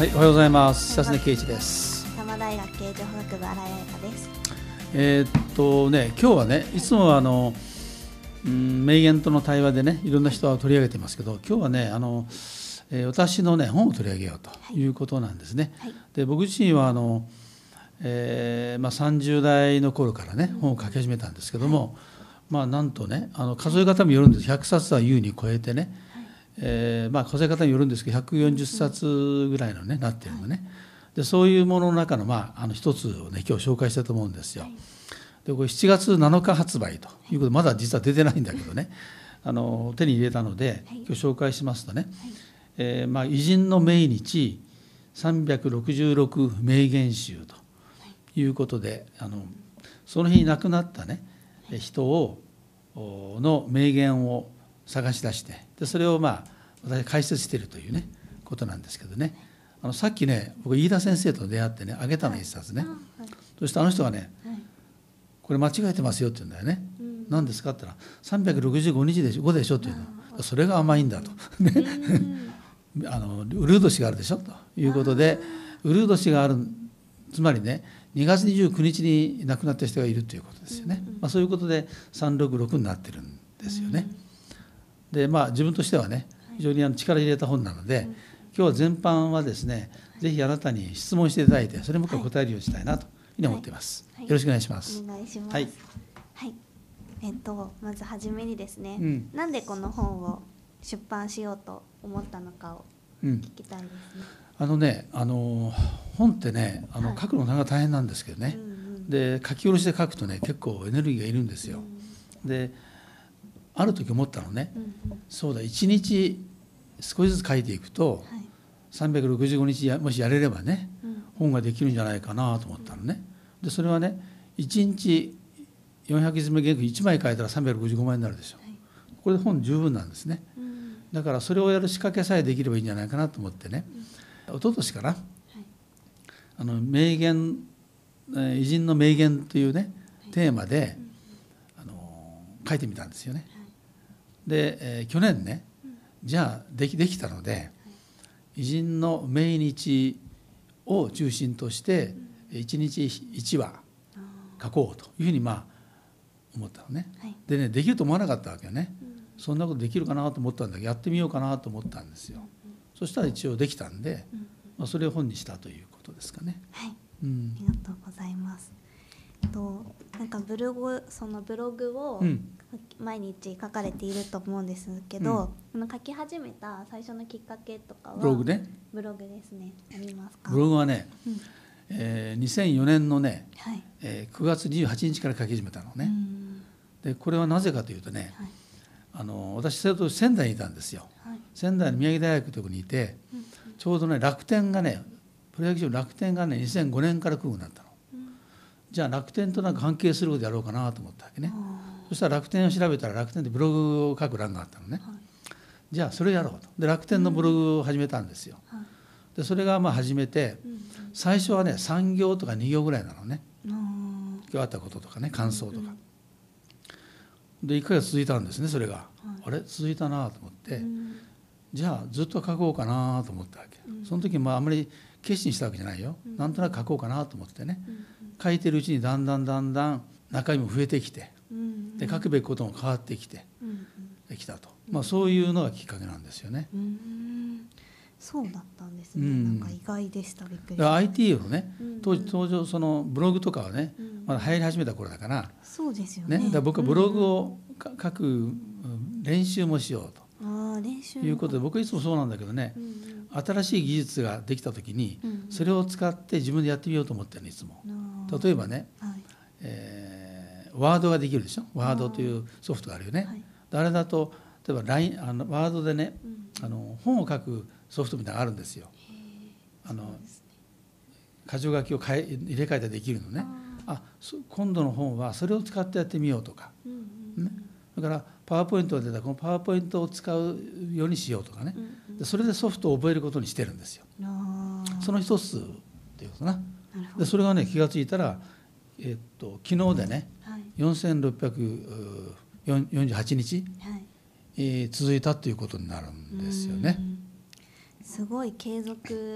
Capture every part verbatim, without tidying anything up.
はい、おはようございます。久常圭一です。 多摩大学経営情報学部新井彩香です。 えーっとね、今日はね、いつもはあの、うん、名言との対話でね、いろんな人が取り上げてますけど、今日はね、あの、えー、私のね本を取り上げようということなんですね。はいはい、で、僕自身はあの、えーまあ、さんじゅう代の頃からね、本を書き始めたんですけども、はい、まあなんとね、あの数え方によるんです。ひゃくさつは優に超えてね。えーまあ、数え方によるんですけどひゃくよんじゅっさつぐらいのねなってるのね。でそういうものの中の、まあ、あの一つをね今日紹介したいと思うんですよ。でこれしちがつなのか発売ということでまだ実は出てないんだけどねあの手に入れたので今日紹介しますとね、えーまあ、偉人の命日さんびゃくろくじゅうろく名言集ということで、あのその日に亡くなったね人をの名言を探し出して、でそれをまあ私解説しているというねことなんですけどね、あのさっきね僕飯田先生と出会ってねあげたの一冊ね、はいはい、そしてあの人がね、はい、これ間違えてますよって言うんだよね、うん、何ですかって言ったらさんびゃくろくじゅうごにちでしょごでしょって言うの、それが甘いんだとねあのウルー年があるでしょということで、ウルー年がある、つまりねにがつにじゅうくにちに亡くなった人がいるということですよね、まあ、そういうことでさんびゃくろくじゅうろくになってるんですよね。でまあ、自分としてはね非常に力入れた本なので、今日は全般はですねぜひあなたに質問していただいてそれも僕は答えるようにしたいなというふうに思っています、はいはい、よろしくお願いします。 お願いします。はい、はい、えっとまずはじめにですね、うん、なんでこの本を出版しようと思ったのかを聞きたいですね、 うん、あのねあの本ってねあの、はい、書くのなかなか大変なんですけどね、うんうん、で書き下ろしで書くとね結構エネルギーがいるんですよ、うん、である時思ったのね、うんうん、そうだいちにち少しずつ書いていくと、はい、さんびゃくろくじゅうごにちやもしやれればね、うん、本ができるんじゃないかなと思ったのね。でそれはねいちにちよんひゃくじめ原稿いちまい書いたらさんびゃくろくじゅうごまいになるでしょ、はい、これで本十分なんですね、うん、だからそれをやる仕掛けさえできればいいんじゃないかなと思ってね、うん、一昨年かな、はい、あの名言偉人の名言というね、はい、テーマで、うん、あの書いてみたんですよね。で、えー、去年ね、うん、じゃあでき、できたので、はい、偉人の命日を中心としていちにちいちわ書こうというふうにまあ思ったのね、はい、でねできると思わなかったわけよね、うん、そんなことできるかなと思ったんだけどやってみようかなと思ったんですよ、うんうん、そしたら一応できたんで、うんうんまあ、それを本にしたということですかね。 はい、うん、ありがとうございます。となんかブログそのブログを毎日書かれていると思うんですけど、うん、書き始めた最初のきっかけとかはブログねブログですねありますか？ ブログはね、うんえー、にせんよねんのね、はいえー、くがつにじゅうはちにちから書き始めたのね。でこれはなぜかというとね、はい、あの私それと仙台にいたんですよ、はい、仙台の宮城大学というところにいて、うんうん、ちょうどね楽天がねプロ野球の楽天がねにせんごねんから来るようになったの。じゃあ楽天となんか関係することやろうかなと思ったわけね。そしたら楽天を調べたら楽天でブログを書く欄があったのね、はい、じゃあそれやろうと。で楽天のブログを始めたんですよ、うんはい、でそれがまあ始めて、うん、最初はねさんぎょうとかにぎょうぐらいなのね、うん、今日あったこととかね感想とか、うん、でいっかげつ続いたんですねそれが、はい、あれ続いたなと思って、うん、じゃあずっと書こうかなと思ったわけ、うん、その時まああんまり決心したわけじゃないよ、うん、なんとなく書こうかなと思ってね、うん書いてるうちにだんだんだんだん中身も増えてきて、うんうん、で書くべきことも変わってきて、うんうん、きたと、まあ、そういうのがきっかけなんですよね、うん、 そうだったんですね、うん、なんか意外でした。びっくりしました。 アイティー のね当時登場そのブログとかはね、うん、まだ流行り始めた頃だから、 そうですよね、 ねだから僕はブログを書く練習もしようと、 あ練習いうことで僕はいつもそうなんだけどね、うんうん、新しい技術ができた時にそれを使って自分でやってみようと思ってるのいつも、うん、例えばね、はいえー、ワードができるでしょ。ワードというソフトがあるよね、はい、あれだと例えば ライン あのワードでね、うん、あの本を書くソフトみたいなのがあるんですよ。あの、ね、箇条書きを変え入れ替えたらできるのね。ああ今度の本はそれを使ってやってみようとか、うんうんね、だからパワーポイントが出たらこのパワーポイントを使うようにしようとかね、うんうん、でそれでソフトを覚えることにしてるんですよ。その一つっていうことな。でそれがね気がついたら、えっと、昨日でね、はい、よんせんろっぴゃくよんじゅうはちにち、はいえー、続いたということになるんですよね。 すごい継続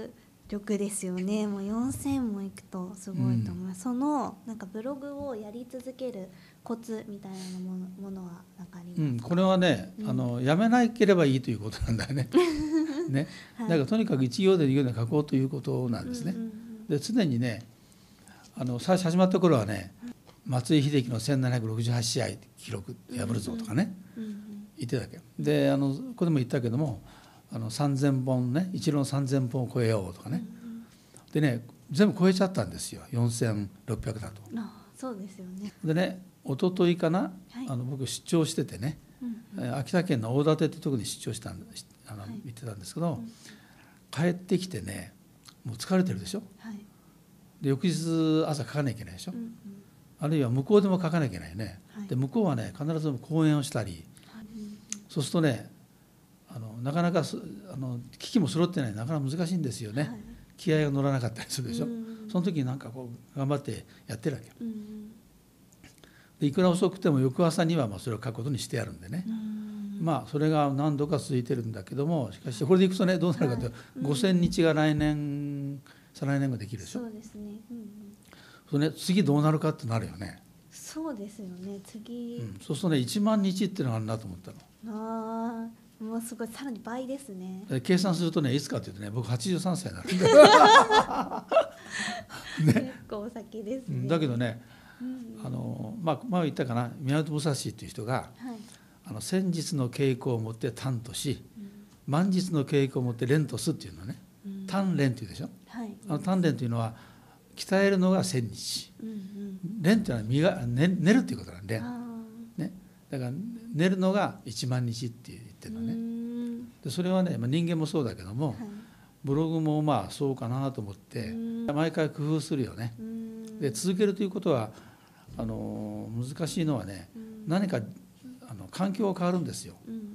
力ですよね。もうよんせんもいくとすごいと思います、うん、そのなんかブログをやり続けるコツみたいなもの、ものは何かありますか？うん、 これはね、うん、あのやめなければいいということなんだよね。ね、はい、だからとにかく一行で二行で書こうということなんですね。うんうんうん、で常にね、あの最初始まった頃はね、松井秀喜のせんななひゃくろくじゅうはちしあい記録破るぞとかね、うんうんうん、言ってたわけで、あのここでも言ったけども、あのさんぜんぼんね、一郎のさんぜんぼんを超えようとかね、うんうん、でね全部超えちゃったんですよ、よんせんろっぴゃくだと。 あ、そうですよね。 でね、一昨日かな、はい、あの僕出張しててね、うんうん、秋田県の大館ってところに出張したんあの、はい、行ってたんですけど、うん、帰ってきてね、もう疲れてるでしょ、はい、で翌日朝書かなきゃいけないでしょ、うんうん、あるいは向こうでも書かなきゃいけないね、はい、で向こうはね必ず講演をしたり、はい、そうするとね、あのなかなかあの機器も揃ってない、なかなか難しいんですよね、はい、気合が乗らなかったりするでしょ、うん、その時になんかこう頑張ってやってるわけよ、うん、でいくら遅くても翌朝にはまあそれを書くことにしてやるんでね、うん、まあそれが何度か続いてるんだけども、しかしこれでいくとねどうなるかというと、はい、ごせんにちが来年再来年ができるでしょ。 そうですね、うんうん、 それね、次どうなるかってなるよね。 そうですよね、次、 うん、そうするとねいちまんにちっていうのがあるなと思ったの。 ああ、もうすごい、さらに倍ですね。 計算するとね、いつかというとね、僕はちじゅうさんさいになるんだね、結構先ですね。 だけどね、うん、あのまあ前言ったかな、宮本武蔵っていう人が、はい、あの先日の稽古をもって短とし、うん、満日の稽古をもって練とすっていうのね、うん、短練というでしょ、はい、あの短練というのは鍛えるのが千日、うんうん、練というのは身が、ね、練るということなんで、ね、だから練るのがいちまんにちって言ってるのね。でそれはね、まあ、人間もそうだけども、はい、ブログもまあそうかなと思って毎回工夫するよね。で続けるということはあの難しいのはね、何かあの環境が変わるんですよ、うんうんうん、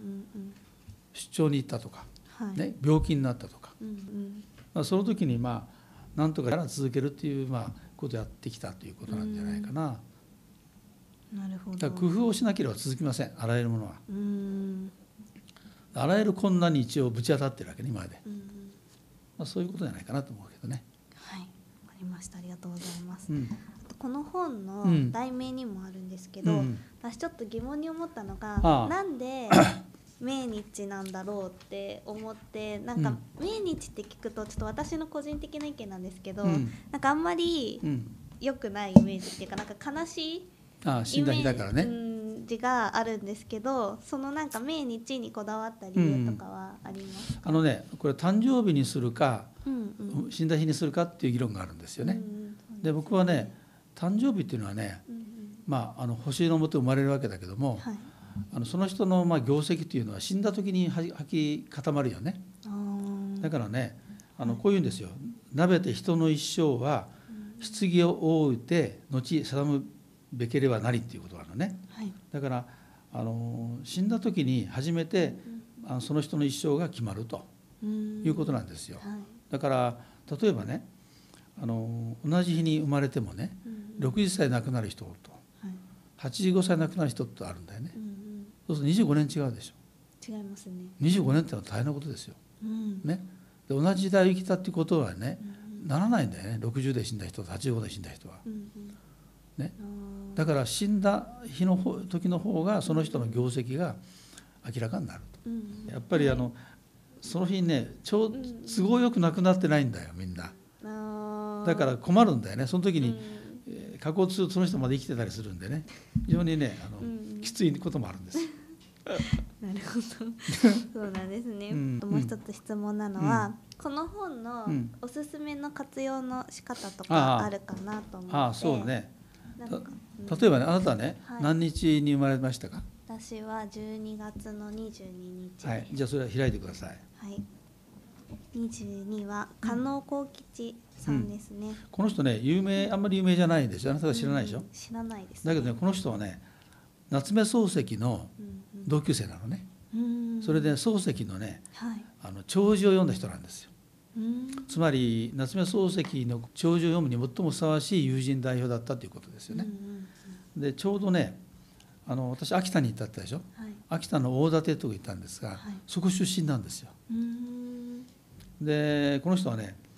出張に行ったとか、はいね、病気になったとか、うんうんまあ、その時にまあなんとかやら続けるっていう、まあ、ことをやってきたということなんじゃないかな。 なるほど。 だから工夫をしなければ続きません、あらゆるものは。うーん、あらゆる困難に一応ぶち当たってるわけね、今まで、うんまあ、そういうことじゃないかなと思うけどね。 はい、わかりました、ありがとうございます、うん、あとこの本の題名にもあるんですけど、うん、私ちょっと疑問に思ったのが、ああなんで命日なんだろうって思って、なんか命日って聞くとちょっと私の個人的な意見なんですけど、うん、なんかあんまり良くないイメージっていうか、なんか悲しいああ死んだ日だからね、 字があるんですけど、そのなんか命日にこだわった理由とかはありますか？ うん、あのね、これ誕生日にするか、うんうん、死んだ日にするかっていう議論があるんですよね。うんうん、で僕はね、誕生日っていうのはね、うんうん、まあ、あの星のもと生まれるわけだけども、はい、あのその人のまあ業績っていうのは死んだ時に吐き固まるよね。だからね、あのこういうんですよ、なべて人の一生は棺を覆うて後定むべければなりっていうことなのね、はい、だからあの死んだ時に初めて、うん、あのその人の一生が決まるということなんですよ、はい、だから例えばね、あの同じ日に生まれてもね、うん、ろくじゅっさい亡くなる人と、はい、はちじゅうごさい亡くなる人とあるんだよね、うんうん、そうするとにじゅうごねん違うでしょ。 違いますね。 にじゅうごねんってのは大変なことですよ、うんね、で同じ時代を生きたっていうことはね、うんうん、ならないんだよね、ろくじゅうで死んだ人とはちじゅうごで死んだ人は、うんうんね、だから死んだ日の方時の方がその人の業績が明らかになると、うん、やっぱりあのその日にねちょう都合よく亡くなってないんだよみんな、だから困るんだよね、その時に、うん、過去通その人まで生きてたりするんでね、非常にねあの、うん、きついこともあるんですなるほどそうなんですね、うん、もう一つ質問なのは、うん、この本のおすすめの活用の仕方とかあるかなと思って。 ああ、そうね、例えばね、あなたはね、はい、何日に生まれましたか？ 私はじゅうにがつのにじゅうににち、 はい、じゃあそれは開いてください。 はい、にじゅうには加納幸吉さんですね、うん、 この人ね有名、あんまり有名じゃないんですよ、あなたは知らないでしょ、うん、 知らないです、ね、 だけどねこの人はね夏目漱石の同級生なのね、うんうん、それで漱石のね、はい、あの弔辞を読んだ人なんですよ、うん、つまり夏目漱石の弔辞を読むに最もふさわしい友人代表だったということですよね、うんうんうん、でちょうどねあの私秋田に行ったってでしょ、はい、秋田の大館とこ行ったんですが、はい、そこ出身なんですよ、うん、でこの人はね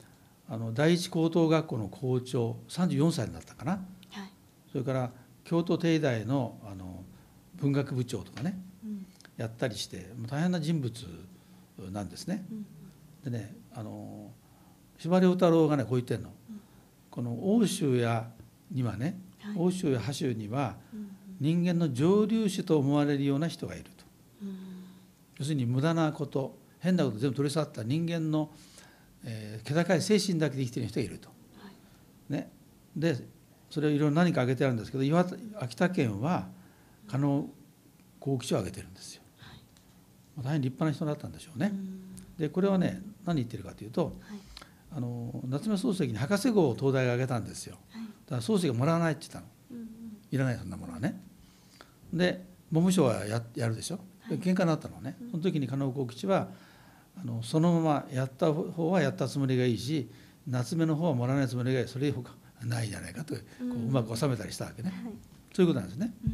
あの第一高等学校の校長さんじゅうよんさいになったかな、はい、それから京都帝大 の, あの文学部長とかね、うん、やったりして大変な人物なんですね。うん、でねあの司馬遼太郎がねこう言ってるの、うん、この欧州やにはね、はい、欧州や波州には人間の上流種と思われるような人がいると、うん、要するに無駄なこと変なこと全部取り去った人間の、えー、気高い精神だけで生きている人がいると、はいね、でそれをいろいろ何か挙げてあるんですけど岩手秋田県は加納幸吉を挙げてるんですよ、はい、大変立派な人だったんでしょうね。でこれはね何言ってるかというと、はい、あの夏目漱石に博士号を東大が挙げたんですよ。だから漱石がもらわないって言ったの、うんうん、いらないそんなものはね。で文部省は や, やるでしょ。で喧嘩になったのね。その時に加納幸吉はあのそのままやった方はやったつもりがいいし夏目の方はもらわないつもりがいいそれほかないじゃないかとこう、うん、うまく収めたりしたわけね、はい、そういうことなんですね。うん、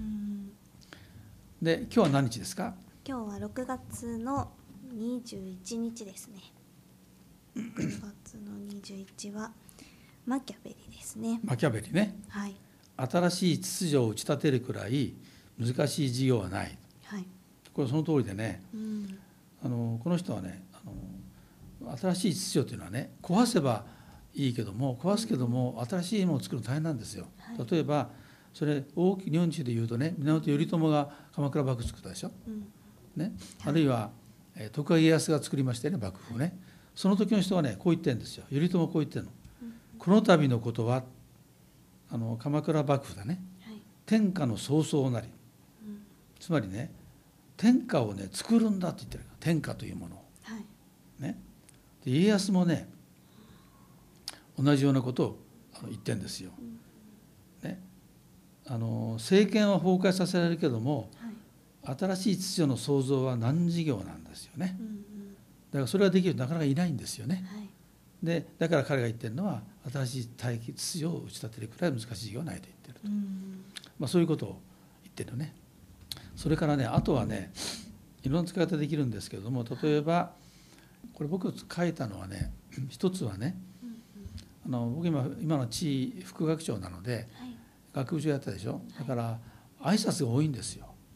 で今日は何日ですか？ 今日はろくがつのにじゅういちにちですね。ろくがつのにじゅういちはマキャベリですね。 マキャベリね、はい、新しい秩序を打ち立てるくらい難しい事業はない、はい、これその通りでね、うん、あのこの人はねあの新しい秩序というのはね壊せばいいけども壊すけども新しいものを作るの大変なんですよ、はい、例えばそれ大きい日本史でいうとね源頼朝が鎌倉幕府作ったでしょ、うんね、あるいは徳川家康が作りましたよね幕府をね、はい、その時の人はねこう言ってるんですよ。頼朝こう言ってるの、うん、この度のことはあの鎌倉幕府だね、はい、天下の創造なり、うん、つまりね天下をね作るんだって言ってる天下というものを、はいね、で家康もね同じようなことを言ってるんですよ、うんね、あの政権は崩壊させられるけども、はい、新しい秩序の創造は難事業なんですよね、うんうん、だからそれができるとなかなかいないんですよね、はい、でだから彼が言ってるのは新しい大気秩序を打ち立てるくらい難しい事業はないと言ってると、うんまあ、そういうことを言ってるね。それからねあとはねいろんな使い方できるんですけれども例えばこれ僕書いたのはね一つはねあの僕 今, 今の地位副学長なので、はい、学部長やったでしょ。だから挨拶が多いんですよ、うん、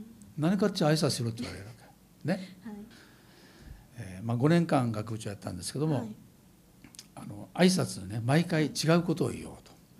何かっちゃ挨拶しろって言われるわけね、はいえーまあ、ごねんかん学部長やったんですけども、はい、あの挨拶でね毎回違うことを言おうと、うん、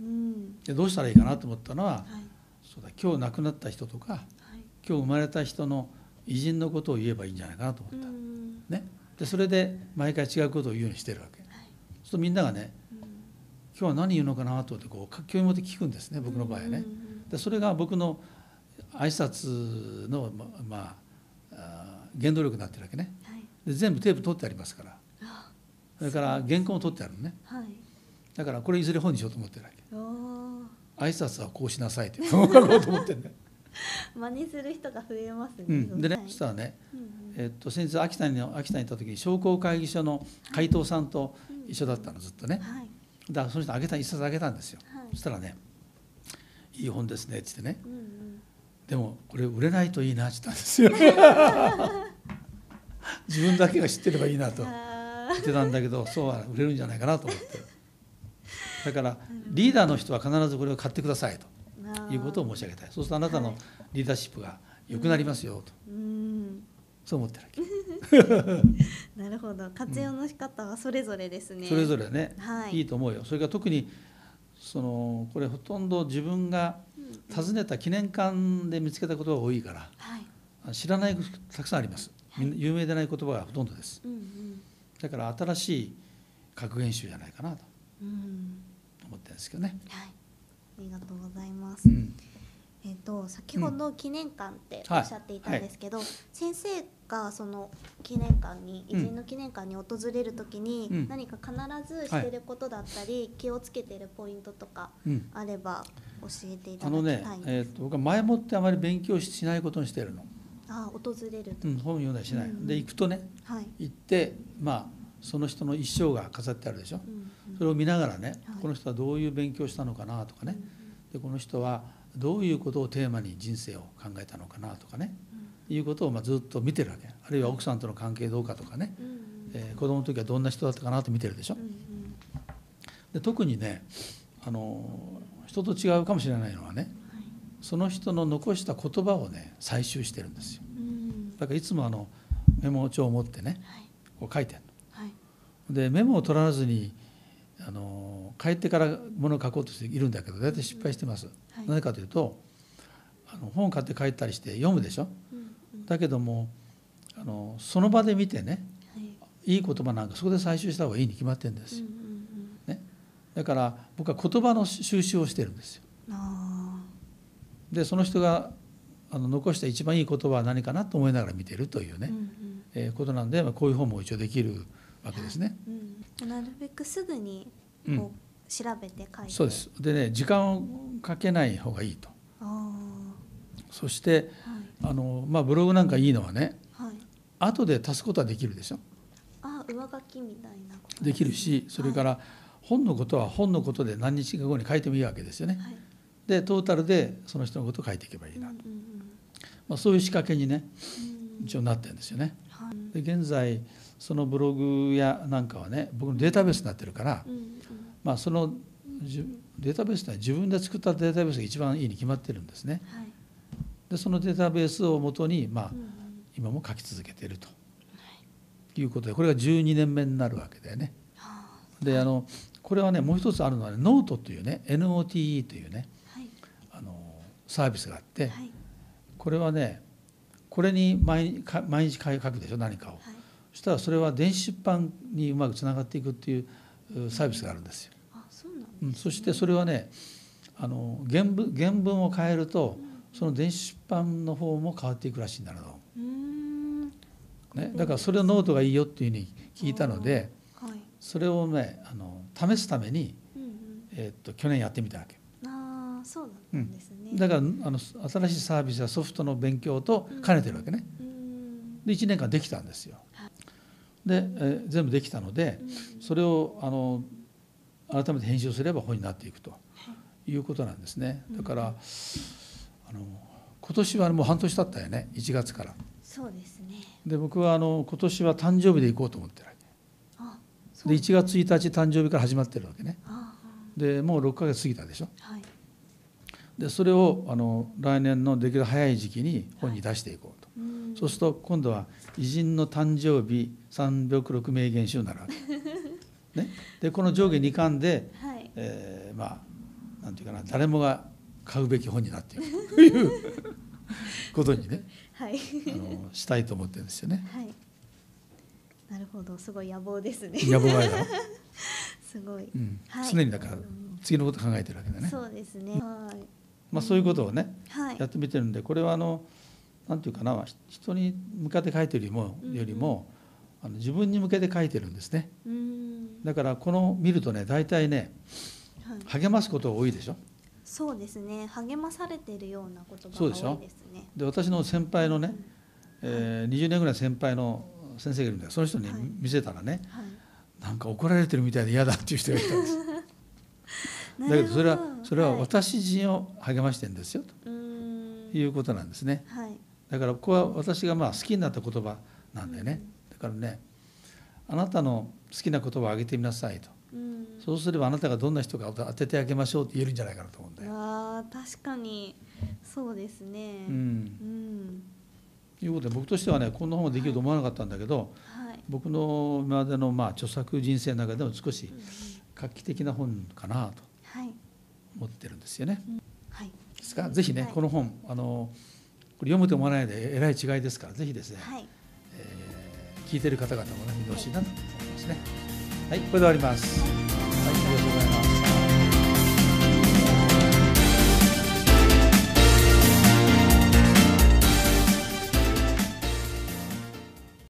でどうしたらいいかなと思ったのは、はい、そうだ今日亡くなった人とか、はい、今日生まれた人の偉人のことを言えばいいんじゃないかなと思った、うんね、でそれで毎回違うことを言うようにしてるわけ。そうするとみんながね、うん、今日は何言うのかなと思ってこう興味持って聞くんですね僕の場合はね。でそれが僕の挨拶の、まあ、原動力になってるわけね、はい、で全部テープ取ってありますからそれから原稿も取ってあるのね、はい、だからこれいずれ本にしようと思ってるわけ。挨拶はこうしなさいって書こうと思ってるんだよ真似する人が増えますね、 うん、でね、はい、そしたらね、うんうんえー、っと先日秋田に秋田に行った時に商工会議所の会頭さんと一緒だったのずっとね、はい、だからその人あげた一冊あげたんですよ、はい、そしたらねいい本ですねって言ってね、うんうん、でもこれ売れないといいなって言ったんですよ自分だけが知ってればいいなと言ってたんだけどそうは売れるんじゃないかなと思ってだからリーダーの人は必ずこれを買ってくださいということを申し上げたい。そうするとあなたのリーダーシップが良くなりますよと、うん、そう思ってるわけなるほど活用の仕方はそれぞれですね、うん、 それぞれね、はい、いいと思うよ。それから特にそのこれほとんど自分が訪ねた記念館で見つけた言葉が多いから、はい、知らないたくさんあります、はい、有名でない言葉がほとんどです、うんうん、だから新しい格言集じゃないかなと思ってるんですけどね、はい、 ありがとうございます、うんえー、と先ほど記念館っておっしゃっていたんですけど、うんはい、先生がその記念館に偉人の記念館に訪れるときに、うん、何か必ずしていることだったり、はい、気をつけているポイントとかあれば教えていただきたいんです。あのね、えー、と僕は前もってあまり勉強しないことにしているの。 あ訪れると、 うん、本読んだりしない、うん、で行くとね、はい、行ってまあその人の一生が飾ってあるでしょ、うんうん、それを見ながらね、はい、この人はどういう勉強したのかなとかね、うんうん、でこの人はどういうことをテーマに人生を考えたのかなとかね、うん、いうことをまあずっと見てるわけ。あるいは奥さんとの関係どうかとかね、うんうんえー、子供の時はどんな人だったかなと見てるでしょ、うんうん、 で特にねあの人と違うかもしれないのはね、はい、その人の残した言葉をね採集してるんですよ。だからいつもあのメモ帳を持ってね、はい、こう書いてるの、はい、でメモを取らずにあの帰ってからものを書こうとしているんだけど大体失敗してます、うんはい、なぜかというとあの本を買って帰ったりして読むでしょ、うんうん、だけどもあのその場で見てね、はい、いい言葉なんかそこで採集した方がいいに決まってるんですよ、うんうんうんね、だから僕は言葉の収集をしてるんですよ。あでその人があの残した一番いい言葉は何かなと思いながら見てるというね、うんうんえー、ことなんで、まあ、こういう本も一応できるわけですね、 うん、なるべくすぐにこう調べて書いて、うん、 そうですでね時間をかけない方がいいと。あそして、はいあのまあ、ブログなんかいいのはね、はい、後で足すことはできるでしょ。 あ上書きみたいなことで, できるしそれから本のことは本のことで何日か後に書いてもいいわけですよね、はい、でトータルでその人のことを書いていけばいいなと、うんうんうんまあ、そういう仕掛けにね一応なってるんですよね、はい、で現在そのブログやなんかはね僕のデータベースになってるから、うんうんまあ、そのデータベースは自分で作ったデータベースが一番いいに決まってるんですね、はい、でそのデータベースをもとに、まあうんうん、今も書き続けているということでこれがじゅうにねんめになるわけだよね、はあ、であのこれはねもう一つあるのは、ね、ノートというね エヌオーティーイー というね、はい、あのサービスがあって、はい、これはねこれに毎日毎日書くでしょ何かを、はい、そしたらそれは電子出版にうまくつながっていくっていうサービスがあるんですよ。あ、そうなんですね。うん、そしてそれはねあの 原文、原文を変えると、うん、その電子出版の方も変わっていくらしいんだなと、うんね、だからそれをノートがいいよっていうふうに聞いたので、はい、それをねあの試すために、うんうんえー、っと去年やってみたわけ。 ああそうなんですね、 うん、だからあの新しいサービスやソフトの勉強と兼ねてるわけね、うん、でいちねんかんできたんですよ。で、えー、全部できたので、うん、それをあの改めて編集すれば本になっていくということなんですね。だから、うん、あの今年はもう半年経ったよねいちがつから。 そうですね。 で僕はあの今年は誕生日で行こうと思ってるわけ。あそうでいちがつついたち誕生日から始まってるわけね。あでもうろっかげつ過ぎたでしょ、はい、でそれをあの来年のできる早い時期に本に出していこうと、はい、うそうすると今度は偉人の誕生日さんびゃくろく名言集になるわけ、ね、でこの上下にかんで、はいえー、まあなんていうかな誰もが買うべき本になっていくということにね、はい、あのしたいと思ってるんですよね、はい、 なるほどすごい野望ですね野望があるよすごい、 うんはい、常にだから次のこと考えてるわけだね。 そうですね、はいまあ、そういうことをね、 はい、 やってみてるんでこれはあのなんていうかな人に向かって書いてるよりも、うんうん、よりもあの自分に向けて書いてるんですね。うんだからこの見るとね大体ね、はい、励ますことが多いでしょ。 そうですね励まされているような言葉が多いですね。 で私の先輩のね、うんえー、にじゅうねんぐらい先輩の先生がいるんだよその人に見せたらね、はいはいなんか怒られてるみたいで嫌だっていう人がいたんですだけどそれはそれは私自身を励ましてるんですよということなんですね、はい、だからここは私がまあ好きになった言葉なんだよね、だからねあなたの好きな言葉をあげてみなさいと、そうすればあなたがどんな人か当ててあげましょうって言えるんじゃないかなと思うんだよ。 あ確かにそうですね、うんうん、 いうことで僕としてはねこんな本ができると思わなかったんだけど、はい僕の今までのまあ著作人生の中でも少し画期的な本かなと思ってるんですよね。はい、ですからぜひね、はい、この本あのこれ読むと思わないでえらい違いですからぜひですね、はいえー、聞いてる方々もね見てほしいなと思いますね。はい、これで終わります。